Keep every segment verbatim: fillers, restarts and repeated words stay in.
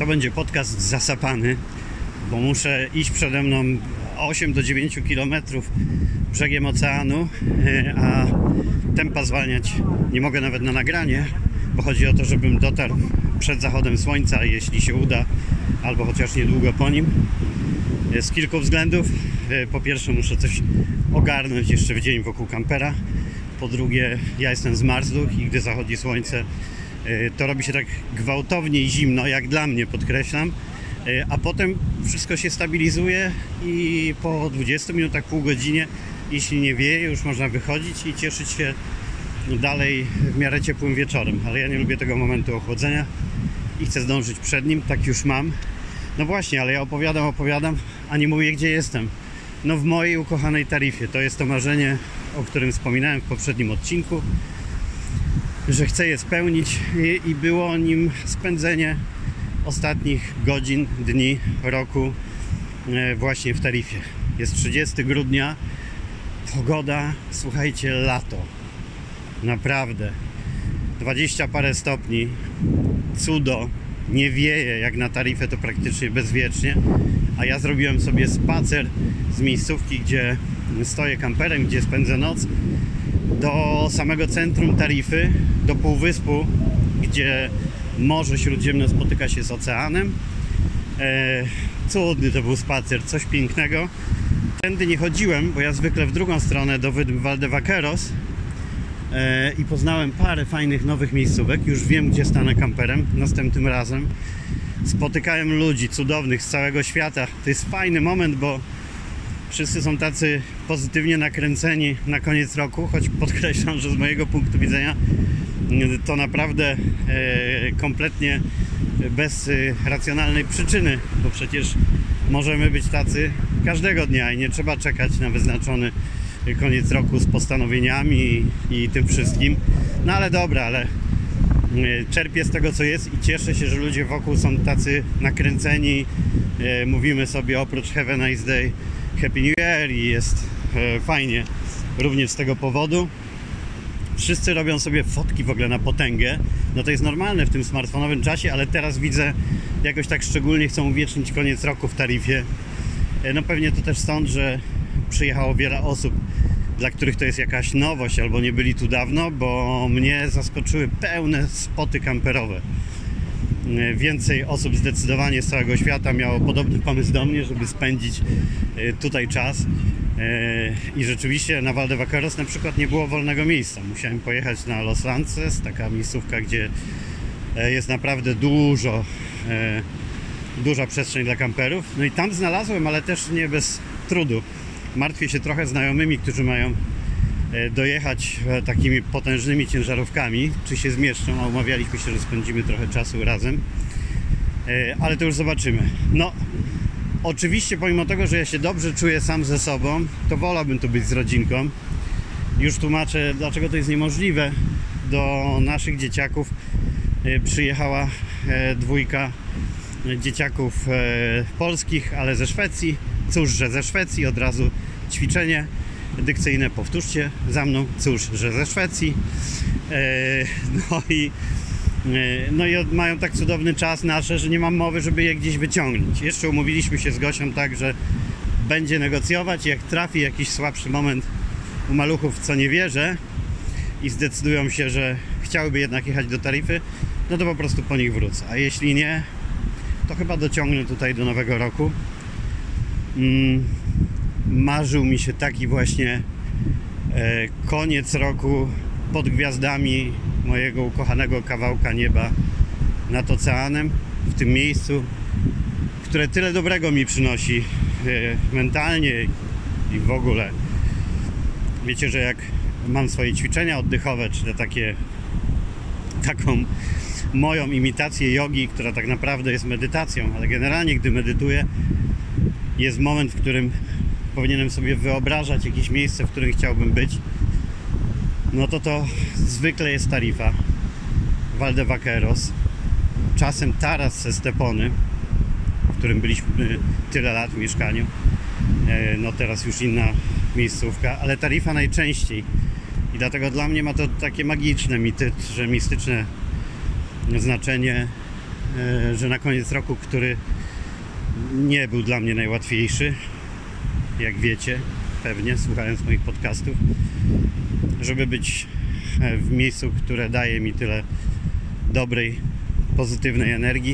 To będzie podcast zasapany, bo muszę iść przede mną osiem do dziewięciu kilometrów brzegiem oceanu, a tempa zwalniać nie mogę nawet na nagranie, bo chodzi o to, żebym dotarł przed zachodem słońca, jeśli się uda, albo chociaż niedługo po nim. Z kilku względów. Po pierwsze, muszę coś ogarnąć jeszcze w dzień wokół kampera. Po drugie, ja jestem zmarzluch i gdy zachodzi słońce, to robi się tak gwałtownie i zimno, jak dla mnie, podkreślam. A potem wszystko się stabilizuje i po dwudziestu minutach, pół godzinie, jeśli nie wieje, już można wychodzić i cieszyć się dalej w miarę ciepłym wieczorem. Ale ja nie lubię tego momentu ochłodzenia i chcę zdążyć przed nim, tak już mam. No właśnie, ale ja opowiadam, opowiadam, a nie mówię, gdzie jestem. No w mojej ukochanej Tarifie. To jest to marzenie, o którym wspominałem w poprzednim odcinku, że chcę je spełnić i, i było nim spędzenie ostatnich godzin, dni, roku właśnie w Tarifie. Jest trzydziestego grudnia, pogoda, słuchajcie, lato. Naprawdę. Dwadzieścia parę stopni, cudo, nie wieje, jak na Tarifę to praktycznie bezwiecznie, a ja zrobiłem sobie spacer z miejscówki, gdzie stoję kamperem, gdzie spędzę noc, do samego centrum Tarify, do półwyspu, gdzie Morze Śródziemne spotyka się z oceanem. E, cudny to był spacer, coś pięknego. Tędy nie chodziłem, bo ja zwykle w drugą stronę do Valdevaqueiros e, i poznałem parę fajnych nowych miejscówek. Już wiem, gdzie stanę kamperem następnym razem. Spotykałem ludzi cudownych z całego świata. To jest fajny moment, bo wszyscy są tacy pozytywnie nakręceni na koniec roku, choć podkreślam, że z mojego punktu widzenia to naprawdę e, kompletnie bez e, racjonalnej przyczyny, bo przecież możemy być tacy każdego dnia i nie trzeba czekać na wyznaczony koniec roku z postanowieniami i, i tym wszystkim. No ale dobra, ale e, czerpię z tego, co jest i cieszę się, że ludzie wokół są tacy nakręceni. E, mówimy sobie oprócz Have a nice day, Happy New Year i jest e, fajnie również z tego powodu. Wszyscy robią sobie fotki w ogóle na potęgę. No to jest normalne w tym smartfonowym czasie, ale teraz widzę, jakoś tak szczególnie chcą uwiecznić koniec roku w Tarifie. No pewnie to też stąd, że przyjechało wiele osób, dla których to jest jakaś nowość albo nie byli tu dawno, bo mnie zaskoczyły pełne spoty kamperowe. Więcej osób zdecydowanie z całego świata miało podobny pomysł do mnie, żeby spędzić tutaj czas. I rzeczywiście na Valdevaqueiros na przykład nie było wolnego miejsca. Musiałem pojechać na Los Lances, taka miejscówka, gdzie jest naprawdę dużo, duża przestrzeń dla kamperów. No i tam znalazłem, ale też nie bez trudu. Martwię się trochę znajomymi, którzy mają dojechać takimi potężnymi ciężarówkami, czy się zmieszczą, a umawialiśmy się, że spędzimy trochę czasu razem. Ale to już zobaczymy. No, oczywiście pomimo tego, że ja się dobrze czuję sam ze sobą, to wolałbym tu być z rodzinką. Już tłumaczę, dlaczego to jest niemożliwe. Do naszych dzieciaków przyjechała dwójka dzieciaków polskich, ale ze Szwecji. Cóż, że ze Szwecji, od razu ćwiczenie dykcyjne, powtórzcie za mną, cóż, że ze Szwecji. No i No i mają tak cudowny czas nasze, że nie mam mowy, żeby je gdzieś wyciągnąć. Jeszcze umówiliśmy się z Gosią tak, że będzie negocjować. Jak trafi jakiś słabszy moment u maluchów, w co nie wierzę, i zdecydują się, że chciałyby jednak jechać do Tarify, no to po prostu po nich wrócę. A jeśli nie, to chyba dociągnę tutaj do nowego roku. Mm, marzył mi się taki właśnie e, koniec roku pod gwiazdami mojego ukochanego kawałka nieba nad oceanem, w tym miejscu, które tyle dobrego mi przynosi e, mentalnie i w ogóle. Wiecie, że jak mam swoje ćwiczenia oddechowe, czy te takie taką moją imitację jogi, która tak naprawdę jest medytacją, ale generalnie gdy medytuję, jest moment, w którym powinienem sobie wyobrażać jakieś miejsce, w którym chciałbym być. No to to zwykle jest Tarifa, Valdevaqueiros, czasem Taras ze Stepony, w którym byliśmy tyle lat w mieszkaniu. No teraz już inna miejscówka, ale Tarifa najczęściej. I dlatego dla mnie ma to takie magiczne, mityczne, mistyczne znaczenie, e, że na koniec roku, który nie był dla mnie najłatwiejszy, jak wiecie, pewnie słuchając moich podcastów, żeby być w miejscu, które daje mi tyle dobrej, pozytywnej energii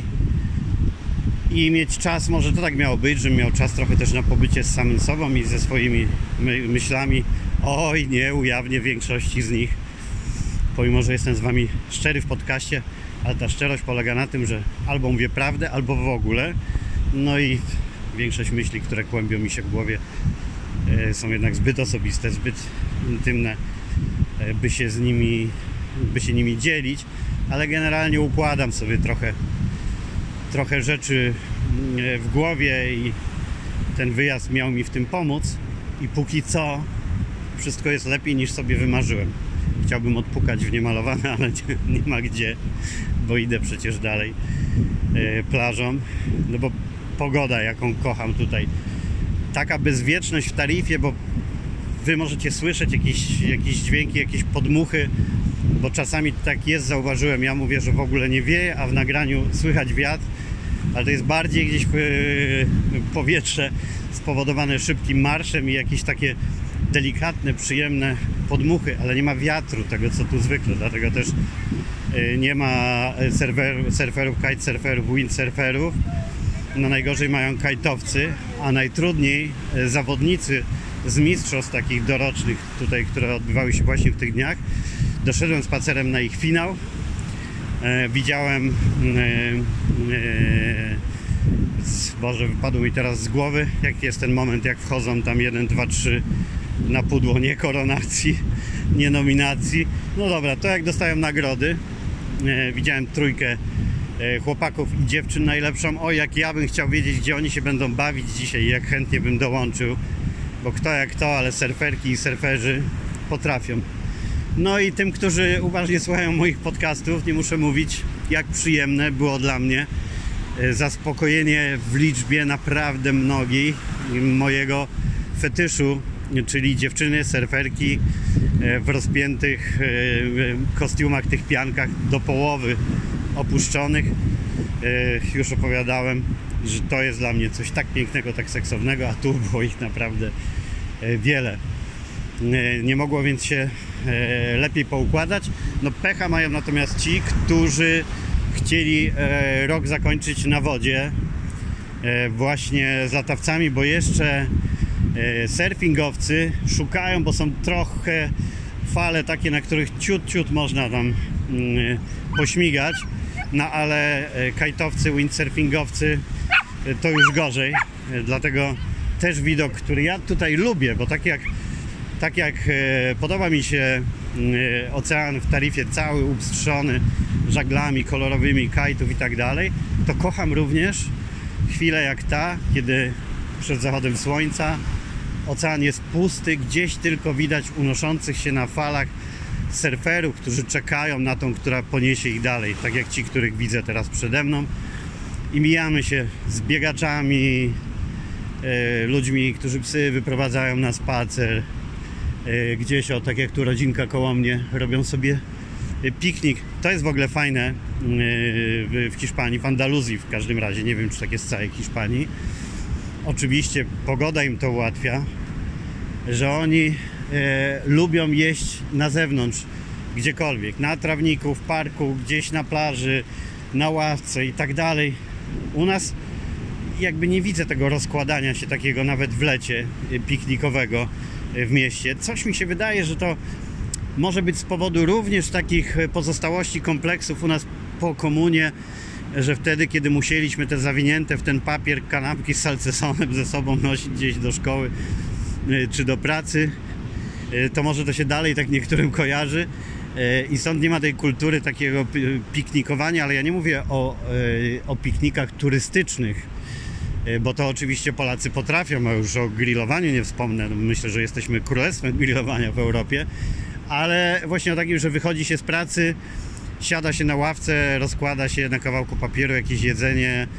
i mieć czas, może to tak miało być, żebym miał czas trochę też na pobycie z samym sobą i ze swoimi my myślami. Oj, nie ujawnię większości z nich, pomimo że jestem z wami szczery w podcaście, ale ta szczerość polega na tym, że albo mówię prawdę, albo w ogóle. No i większość myśli, które kłębią mi się w głowie, są jednak zbyt osobiste, zbyt intymne, by się z nimi, by się nimi dzielić, ale generalnie układam sobie trochę, trochę rzeczy w głowie i ten wyjazd miał mi w tym pomóc i póki co wszystko jest lepiej niż sobie wymarzyłem. Chciałbym odpukać w niemalowane, ale nie, nie ma gdzie, bo idę przecież dalej e, plażą, no bo pogoda, jaką kocham tutaj, taka bezwieczność w Tarifie, bo wy możecie słyszeć jakieś, jakieś dźwięki, jakieś podmuchy, bo czasami tak jest, zauważyłem, ja mówię, że w ogóle nie wieje, a w nagraniu słychać wiatr, ale to jest bardziej gdzieś yy, powietrze spowodowane szybkim marszem i jakieś takie delikatne, przyjemne podmuchy, ale nie ma wiatru, tego co tu zwykle, dlatego też yy, nie ma surfer, surferów, kitesurferów, windsurferów. No najgorzej mają kajtowcy, a najtrudniej yy, zawodnicy z mistrzostw takich dorocznych tutaj, które odbywały się właśnie w tych dniach. Doszedłem spacerem na ich finał. E, widziałem e, e, Boże, wypadło mi teraz z głowy, jaki jest ten moment, jak wchodzą tam jeden, dwa, trzy na pudło, nie koronacji, nie nominacji. No dobra, to jak dostają nagrody. E, widziałem trójkę e, chłopaków i dziewczyn najlepszą. O, jak ja bym chciał wiedzieć, gdzie oni się będą bawić dzisiaj, jak chętnie bym dołączył, bo kto jak kto, ale surferki i surferzy potrafią. No i tym, którzy uważnie słuchają moich podcastów, nie muszę mówić, jak przyjemne było dla mnie zaspokojenie w liczbie naprawdę mnogiej mojego fetyszu, czyli dziewczyny, surferki w rozpiętych kostiumach, tych piankach do połowy opuszczonych. Już opowiadałem, że to jest dla mnie coś tak pięknego, tak seksownego, a tu było ich naprawdę wiele. Nie mogło więc się lepiej poukładać. No pecha mają natomiast ci, którzy chcieli rok zakończyć na wodzie właśnie z latawcami, bo jeszcze surfingowcy szukają, bo są trochę fale takie, na których ciut, ciut można tam pośmigać, no ale kajtowcy, windsurfingowcy to już gorzej, dlatego też widok, który ja tutaj lubię, bo tak jak Tak jak e, podoba mi się e, ocean w Tarifie cały upstrzony żaglami kolorowymi, kajtów i tak dalej, to kocham również chwilę jak ta, kiedy przed zachodem słońca ocean jest pusty, gdzieś tylko widać unoszących się na falach surferów, którzy czekają na tą, która poniesie ich dalej, tak jak ci, których widzę teraz przede mną, i mijamy się z biegaczami, e, ludźmi, którzy psy wyprowadzają na spacer, gdzieś, o, tak jak tu rodzinka koło mnie, robią sobie piknik. To jest w ogóle fajne w Hiszpanii, w Andaluzji w każdym razie, nie wiem czy tak jest w całej Hiszpanii. Oczywiście pogoda im to ułatwia, że oni e, lubią jeść na zewnątrz, gdziekolwiek, na trawniku, w parku, gdzieś na plaży, na ławce i tak dalej. U nas jakby nie widzę tego rozkładania się takiego nawet w lecie piknikowego w mieście. Coś mi się wydaje, że to może być z powodu również takich pozostałości kompleksów u nas po komunie, że wtedy, kiedy musieliśmy te zawinięte w ten papier kanapki z salcesonem ze sobą nosić gdzieś do szkoły czy do pracy, to może to się dalej tak niektórym kojarzy i stąd nie ma tej kultury takiego piknikowania, ale ja nie mówię o, o piknikach turystycznych, bo to oczywiście Polacy potrafią, a już o grillowaniu nie wspomnę, myślę, że jesteśmy królestwem grillowania w Europie, ale właśnie o takim, że wychodzi się z pracy, siada się na ławce, rozkłada się na kawałku papieru jakieś jedzenie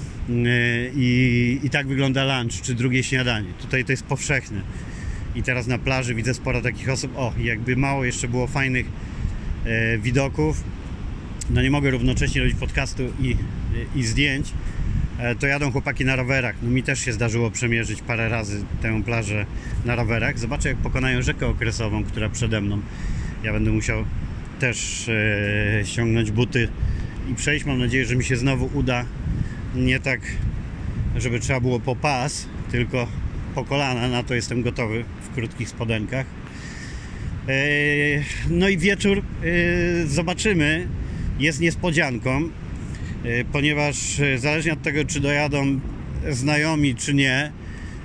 i, i tak wygląda lunch, czy drugie śniadanie. Tutaj to jest powszechne. I teraz na plaży widzę sporo takich osób, o, jakby mało jeszcze było fajnych e, widoków. No nie mogę równocześnie robić podcastu i i zdjęć, to jadą chłopaki na rowerach. No mi też się zdarzyło przemierzyć parę razy tę plażę na rowerach. Zobaczę, jak pokonają rzekę okresową, która przede mną. Ja będę musiał też e, ściągnąć buty i przejść. Mam nadzieję, że mi się znowu uda. Nie tak, żeby trzeba było po pas, tylko po kolana. Na to jestem gotowy w krótkich spodenkach. E, no i wieczór e, zobaczymy. Jest niespodzianką, e, ponieważ e, zależnie od tego, czy dojadą znajomi, czy nie, e,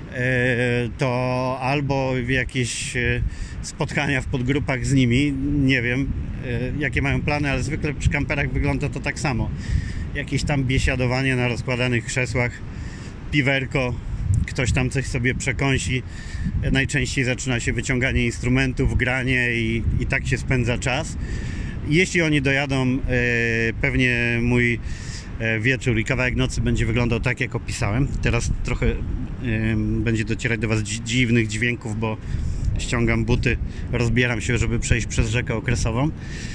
to albo w jakieś e, spotkania w podgrupach z nimi, nie wiem e, jakie mają plany, ale zwykle przy kamperach wygląda to tak samo. Jakieś tam biesiadowanie na rozkładanych krzesłach, piwerko, ktoś tam coś sobie przekąsi. Najczęściej zaczyna się wyciąganie instrumentów, granie i, i tak się spędza czas. Jeśli oni dojadą, e, pewnie mój e, wieczór i kawałek nocy będzie wyglądał tak, jak opisałem. Teraz trochę e, będzie docierać do Was dzi- dziwnych dźwięków, bo ściągam buty, rozbieram się, żeby przejść przez rzekę okresową.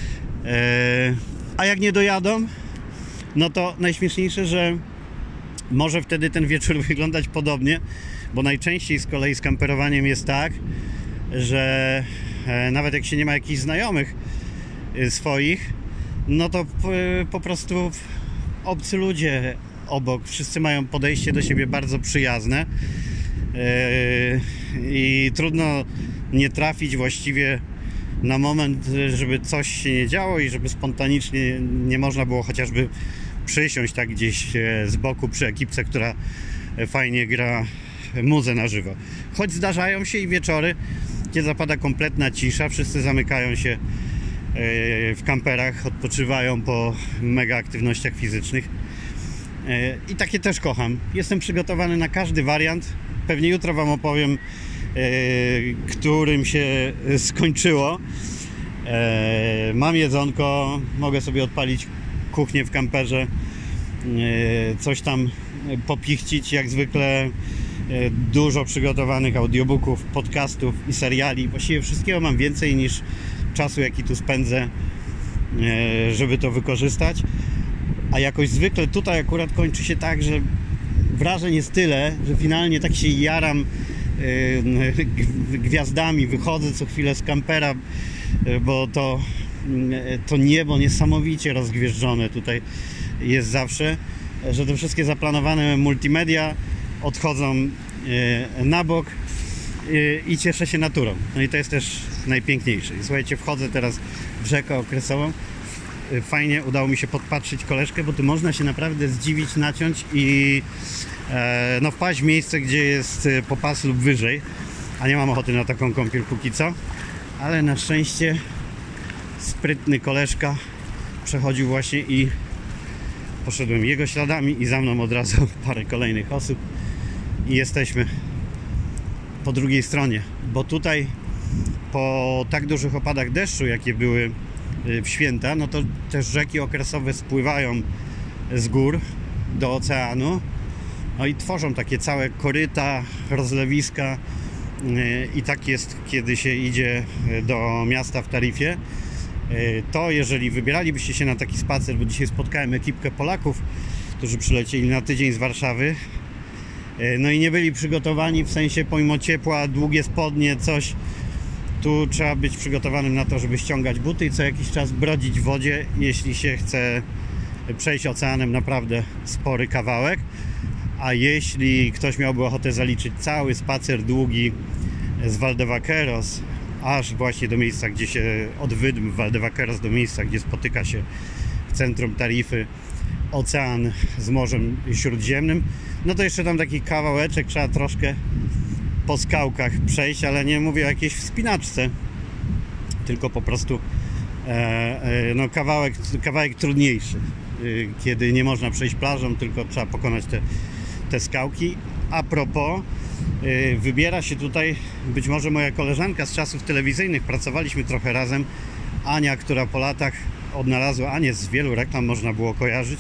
E, a jak nie dojadą, no to najśmieszniejsze, że może wtedy ten wieczór wyglądać podobnie, bo najczęściej z kolei z kamperowaniem jest tak, że e, nawet jak się nie ma jakichś znajomych e, swoich, no to po, po prostu obcy ludzie obok, wszyscy mają podejście do siebie bardzo przyjazne e, i trudno nie trafić właściwie na moment, żeby coś się nie działo i żeby spontanicznie nie można było chociażby przysiąść tak gdzieś z boku przy ekipce, która fajnie gra muzę na żywo. Choć zdarzają się i wieczory, gdzie zapada kompletna cisza, wszyscy zamykają się w kamperach, odpoczywają po mega aktywnościach fizycznych. I takie też kocham. Jestem przygotowany na każdy wariant. Pewnie jutro Wam opowiem, którym się skończyło. Mam jedzonko, mogę sobie odpalić kuchnię w kamperze, coś tam popichcić, jak zwykle dużo przygotowanych audiobooków, podcastów i seriali. Właściwie wszystkiego mam więcej niż czasu, jaki tu spędzę, żeby to wykorzystać. A jakoś zwykle tutaj akurat kończy się tak, że wrażeń jest tyle, że finalnie tak się jaram gwiazdami, wychodzę co chwilę z kampera, bo to, to niebo niesamowicie rozgwieżdżone tutaj jest zawsze, że te wszystkie zaplanowane multimedia odchodzą na bok i cieszę się naturą. No i to jest też najpiękniejsze. Słuchajcie, wchodzę teraz w rzekę okresową. Fajnie udało mi się podpatrzyć koleżkę, bo tu można się naprawdę zdziwić, naciąć i e, no wpaść w miejsce, gdzie jest po pas lub wyżej, a nie mam ochoty na taką kąpiel póki co, ale na szczęście sprytny koleżka przechodził właśnie i poszedłem jego śladami i za mną od razu parę kolejnych osób i jesteśmy po drugiej stronie, bo tutaj po tak dużych opadach deszczu, jakie były w święta, no to też rzeki okresowe spływają z gór do oceanu, no i tworzą takie całe koryta, rozlewiska i tak jest, kiedy się idzie do miasta w Tarifie. To jeżeli wybieralibyście się na taki spacer, bo dzisiaj spotkałem ekipkę Polaków, którzy przylecieli na tydzień z Warszawy, no i nie byli przygotowani, w sensie pomimo ciepła, długie spodnie, coś. Tu trzeba być przygotowanym na to, żeby ściągać buty i co jakiś czas brodzić w wodzie, jeśli się chce przejść oceanem naprawdę spory kawałek. A jeśli ktoś miałby ochotę zaliczyć cały spacer długi z Valdevaqueros aż właśnie do miejsca, gdzie się od Wydm w Valdevaqueros do miejsca, gdzie spotyka się w centrum Tarify ocean z Morzem Śródziemnym, no to jeszcze tam taki kawałeczek trzeba troszkę po skałkach przejść, ale nie mówię o jakiejś wspinaczce, tylko po prostu e, e, no kawałek, kawałek trudniejszy, e, kiedy nie można przejść plażą, tylko trzeba pokonać te, te skałki. A propos, e, wybiera się tutaj być może moja koleżanka z czasów telewizyjnych, pracowaliśmy trochę razem, Ania, która po latach odnalazła, Anię z wielu reklam można było kojarzyć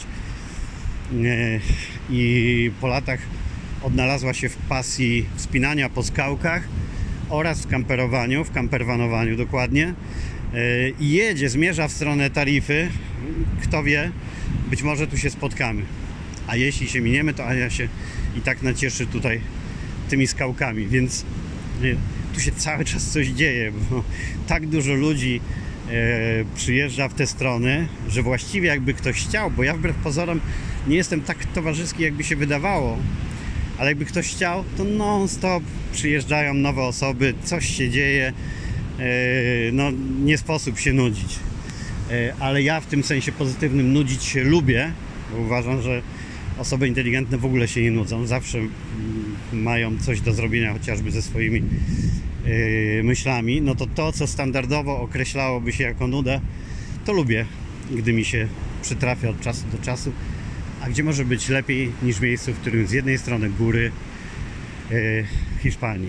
e, i po latach odnalazła się w pasji wspinania po skałkach oraz w kamperowaniu, w kamperwanowaniu dokładnie, i jedzie, zmierza w stronę Tarify. Kto wie, być może tu się spotkamy. A jeśli się miniemy, to Ania się i tak nacieszy tutaj tymi skałkami, więc y, tu się cały czas coś dzieje, bo tak dużo ludzi e, przyjeżdża w te strony, że właściwie jakby ktoś chciał, bo ja wbrew pozorom nie jestem tak towarzyski, jakby się wydawało, ale jakby ktoś chciał, to non stop przyjeżdżają nowe osoby, coś się dzieje, e, no nie sposób się nudzić. E, ale ja w tym sensie pozytywnym nudzić się lubię, bo uważam, że osoby inteligentne w ogóle się nie nudzą, zawsze mm, mają coś do zrobienia chociażby ze swoimi yy, myślami. No to to, co standardowo określałoby się jako nuda, to lubię, gdy mi się przytrafia od czasu do czasu. A gdzie może być lepiej niż w miejscu, w którym z jednej strony góry yy, Hiszpanii,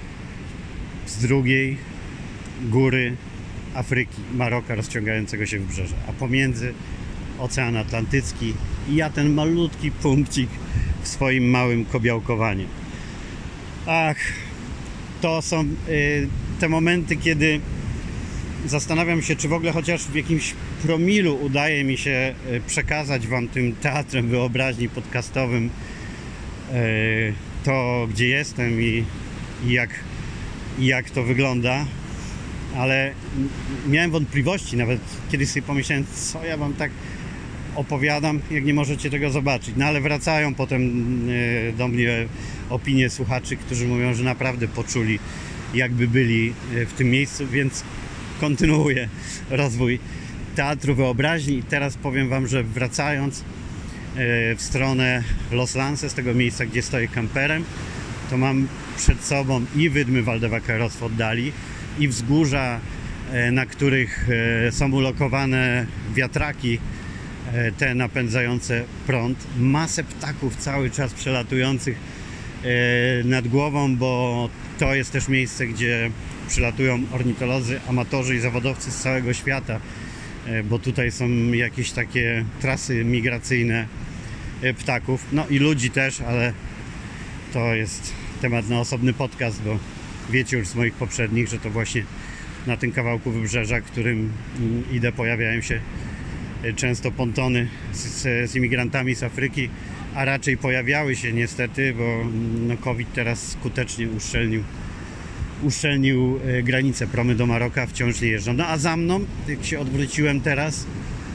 z drugiej góry Afryki, Maroka rozciągającego się wybrzeża, a pomiędzy Ocean Atlantycki i ja ten malutki punkcik w swoim małym kobiałkowaniu. Ach, to są y, te momenty, kiedy zastanawiam się, czy w ogóle chociaż w jakimś promilu udaje mi się y, przekazać wam tym teatrem wyobraźni podcastowym y, to, gdzie jestem i, i, jak, i jak to wygląda. Ale miałem wątpliwości, nawet kiedyś sobie pomyślałem, co ja wam tak opowiadam, jak nie możecie tego zobaczyć. No ale wracają potem do mnie opinie słuchaczy, którzy mówią, że naprawdę poczuli, jakby byli w tym miejscu, więc kontynuuję rozwój teatru wyobraźni i teraz powiem wam, że wracając w stronę Los Lances, tego miejsca, gdzie stoję kamperem, to mam przed sobą i wydmy Valdevaqueros w oddali, i wzgórza, na których są ulokowane wiatraki, te napędzające prąd, masę ptaków cały czas przelatujących nad głową, bo to jest też miejsce, gdzie przylatują ornitolodzy, amatorzy i zawodowcy z całego świata, bo tutaj są jakieś takie trasy migracyjne ptaków, no i ludzi też, ale to jest temat na osobny podcast, bo wiecie już z moich poprzednich, że to właśnie na tym kawałku wybrzeża, którym idę, pojawiają się często pontony z, z imigrantami z Afryki, a raczej pojawiały się niestety, bo no, COVID teraz skutecznie uszczelnił, uszczelnił granice. Promy do Maroka wciąż nie jeżdżą. No a za mną, jak się odwróciłem teraz,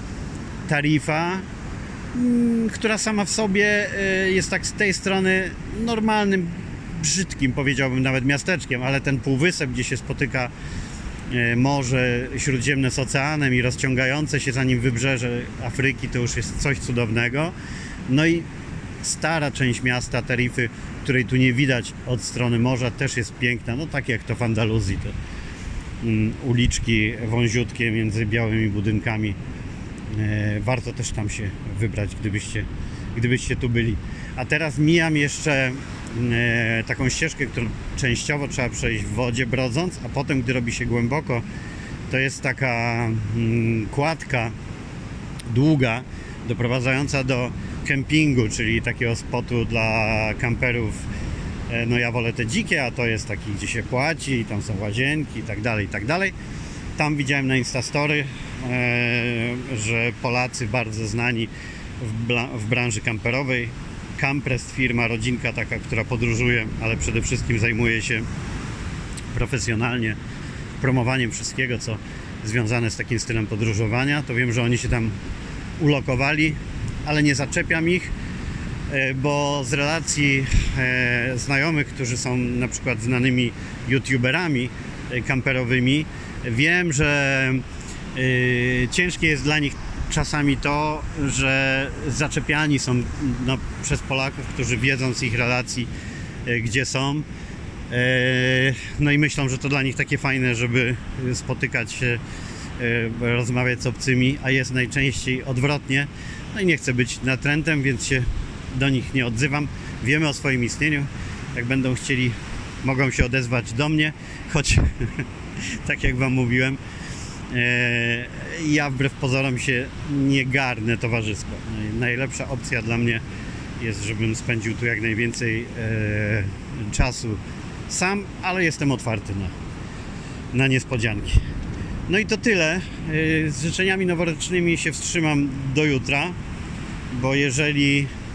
Tarifa, która sama w sobie jest tak z tej strony normalnym, brzydkim, powiedziałbym nawet miasteczkiem, ale ten półwysep, gdzie się spotyka Morze Śródziemne z oceanem i rozciągające się za nim wybrzeże Afryki, to już jest coś cudownego. No i stara część miasta Tarify, której tu nie widać od strony morza, też jest piękna, no tak jak to w Andaluzji, te um, uliczki wąziutkie między białymi budynkami. E, warto też tam się wybrać, gdybyście, gdybyście tu byli. A teraz mijam jeszcze e, taką ścieżkę, którą częściowo trzeba przejść w wodzie brodząc, a potem, gdy robi się głęboko, to jest taka mm, kładka długa, doprowadzająca do kempingu, czyli takiego spotu dla kamperów. E, no ja wolę te dzikie, a to jest taki, gdzie się płaci i tam są łazienki i tak dalej, i tak dalej. Tam widziałem na Instastory, e, że Polacy bardzo znani w, bla, w branży kamperowej, Camprest, firma, rodzinka taka, która podróżuje, ale przede wszystkim zajmuje się profesjonalnie promowaniem wszystkiego, co związane z takim stylem podróżowania. To wiem, że oni się tam ulokowali, ale nie zaczepiam ich, bo z relacji znajomych, którzy są na przykład znanymi youtuberami kamperowymi, wiem, że ciężkie jest dla nich czasami to, że zaczepiani są no, przez Polaków, którzy wiedzą z ich relacji, gdzie są. No i myślą, że to dla nich takie fajne, żeby spotykać się, rozmawiać z obcymi, a jest najczęściej odwrotnie. No i nie chcę być natrętem, więc się do nich nie odzywam. Wiemy o swoim istnieniu. Jak będą chcieli, mogą się odezwać do mnie, choć tak jak wam mówiłem, ja wbrew pozorom się nie garnę towarzysko. Najlepsza opcja dla mnie jest, żebym spędził tu jak najwięcej czasu sam, ale jestem otwarty na, na niespodzianki. No i to tyle. Z życzeniami noworocznymi się wstrzymam do jutra, bo jeżeli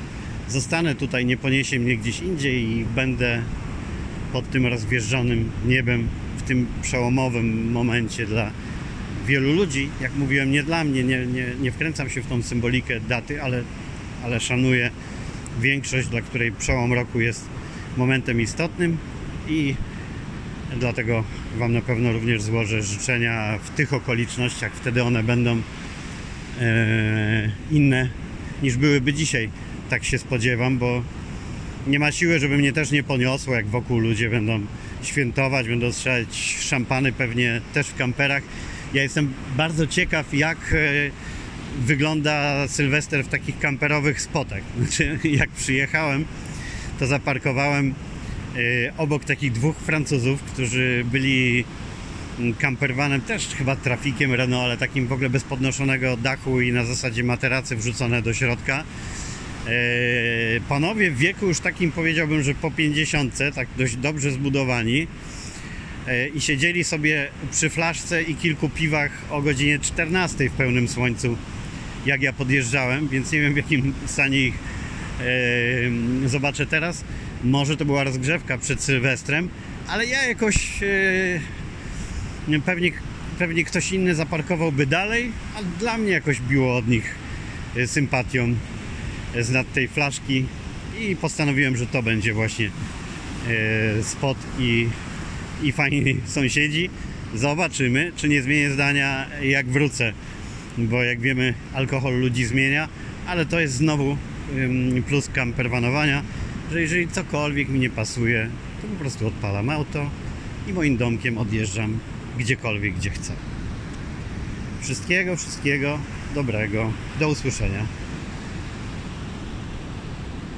zostanę tutaj, nie poniesie mnie gdzieś indziej i będę pod tym rozwieżonym niebem w tym przełomowym momencie dla wielu ludzi. Jak mówiłem, nie dla mnie, nie, nie, nie wkręcam się w tą symbolikę daty, ale, ale szanuję większość, dla której przełom roku jest momentem istotnym i dlatego Wam na pewno również złożę życzenia w tych okolicznościach. Wtedy one będą e, inne niż byłyby dzisiaj. Tak się spodziewam, bo nie ma siły, żeby mnie też nie poniosło, jak wokół ludzie będą świętować, będą strzelać szampany pewnie też w kamperach. Ja jestem bardzo ciekaw, jak e, wygląda Sylwester w takich kamperowych spotach. Znaczy, jak przyjechałem, to zaparkowałem e, obok takich dwóch Francuzów, którzy byli campervanem, też chyba trafikiem Renault, ale takim w ogóle bez podnoszonego dachu i na zasadzie materacy wrzucone do środka. E, panowie w wieku już takim, powiedziałbym, że po pięćdziesiątce, tak dość dobrze zbudowani, e, i siedzieli sobie przy flaszce i kilku piwach o godzinie czternastej w pełnym słońcu, jak ja podjeżdżałem, więc nie wiem, w jakim stanie ich e, zobaczę teraz. Może to była rozgrzewka przed Sylwestrem, ale ja jakoś e, pewnie, pewnie ktoś inny zaparkowałby dalej, a dla mnie jakoś biło od nich e, sympatią z nad tej flaszki i postanowiłem, że to będzie właśnie e, spot i, i fajni sąsiedzi. Zobaczymy, czy nie zmienię zdania, jak wrócę, bo jak wiemy, alkohol ludzi zmienia, ale to jest znowu ym, plus campervanowania, że jeżeli cokolwiek mi nie pasuje, to po prostu odpalam auto i moim domkiem odjeżdżam gdziekolwiek, gdzie chcę. Wszystkiego, wszystkiego dobrego. Do usłyszenia.